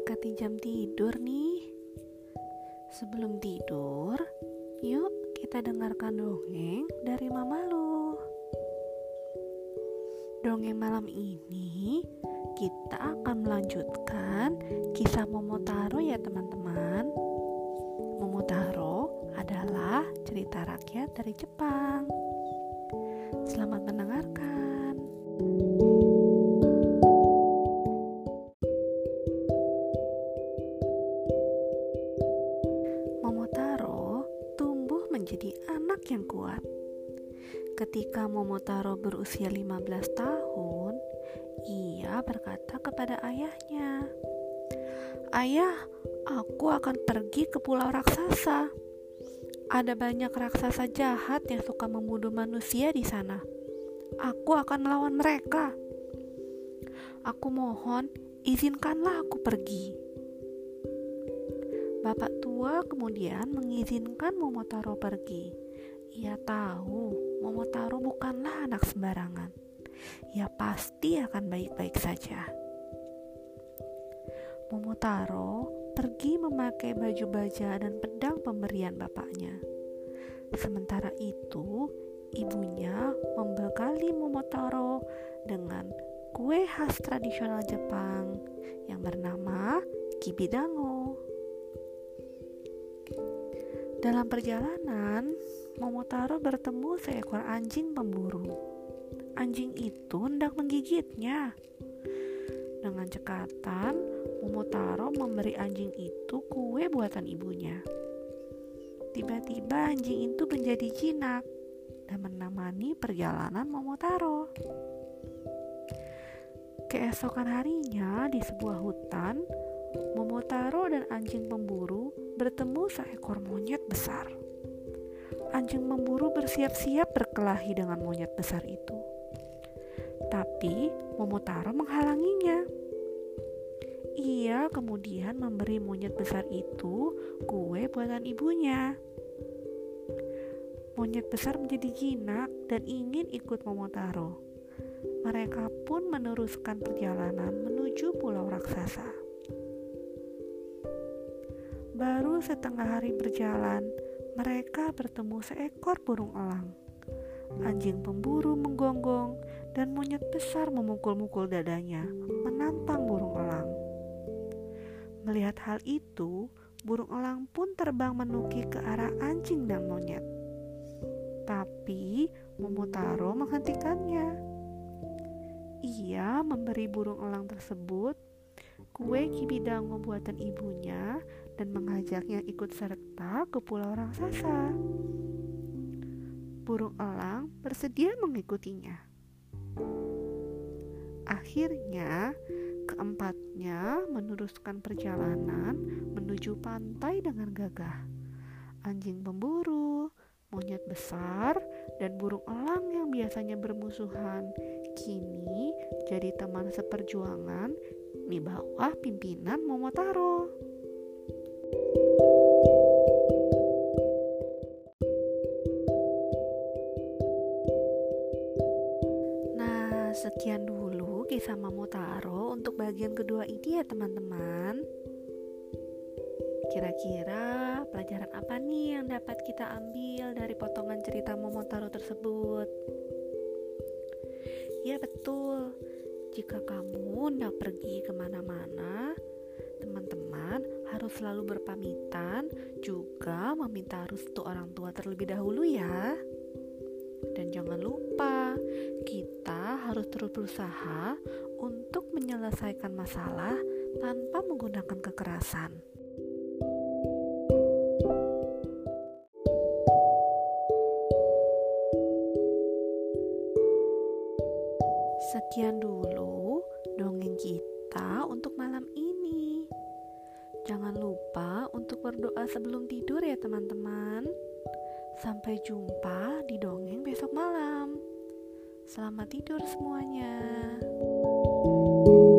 Mendekati jam tidur nih. Sebelum tidur, yuk kita dengarkan dongeng dari Mama Lu. Dongeng malam ini kita akan melanjutkan kisah Momotaro ya teman-teman. Momotaro adalah cerita rakyat dari Jepang. Selamat mendengarkan. Momotaro tumbuh menjadi anak yang kuat. Ketika Momotaro berusia 15 tahun, ia berkata kepada ayahnya, "Ayah, aku akan pergi ke pulau raksasa. Ada banyak raksasa jahat yang suka membunuh manusia di sana. Aku akan melawan mereka. Aku mohon, izinkanlah aku pergi." Bapak tua kemudian mengizinkan Momotaro pergi. Ia tahu Momotaro bukanlah anak sembarangan. Ia pasti akan baik-baik saja. Momotaro pergi memakai baju baja dan pedang pemberian bapaknya. Sementara itu, ibunya membekali Momotaro dengan kue khas tradisional Jepang yang bernama kibidango. Dalam perjalanan, Momotaro bertemu seekor anjing pemburu. Anjing itu hendak menggigitnya. Dengan cekatan, Momotaro memberi anjing itu kue buatan ibunya. Tiba-tiba anjing itu menjadi jinak dan menemani perjalanan Momotaro. Keesokan harinya di sebuah hutan, Momotaro dan anjing pemburu bertemu seekor monyet besar. Anjing pemburu bersiap-siap berkelahi dengan monyet besar itu. Tapi Momotaro menghalanginya. Ia kemudian memberi monyet besar itu kue buatan ibunya. Monyet besar menjadi jinak dan ingin ikut Momotaro. Mereka pun meneruskan perjalanan menuju pulau raksasa. Baru setengah hari berjalan, mereka bertemu seekor burung elang. Anjing pemburu menggonggong dan monyet besar memukul-mukul dadanya, menantang burung elang. Melihat hal itu, burung elang pun terbang menukik ke arah anjing dan monyet. Tapi Momotaro menghentikannya. Ia memberi burung elang tersebut kue kibidango buatan ibunya dan mengajaknya ikut serta ke pulau raksasa. Burung elang bersedia mengikutinya. Akhirnya, keempatnya meneruskan perjalanan menuju pantai dengan gagah. Anjing pemburu, monyet besar, dan burung elang yang biasanya bermusuhan kini jadi teman seperjuangan di bawah pimpinan Momotaro. Nah, sekian dulu kisah Momotaro untuk bagian kedua ini ya teman-teman. Kira-kira pelajaran apa nih yang dapat kita ambil dari potongan cerita Momotaro tersebut? Ya betul, jika kamu hendak pergi kemana-mana, teman-teman harus selalu berpamitan, juga meminta restu orang tua terlebih dahulu ya. Dan jangan lupa, kita harus terus berusaha untuk menyelesaikan masalah tanpa menggunakan kekerasan. Sekian dulu dongeng kita untuk malam ini. Jangan lupa untuk berdoa sebelum tidur ya teman-teman. Sampai jumpa di dongeng besok malam. Selamat tidur semuanya.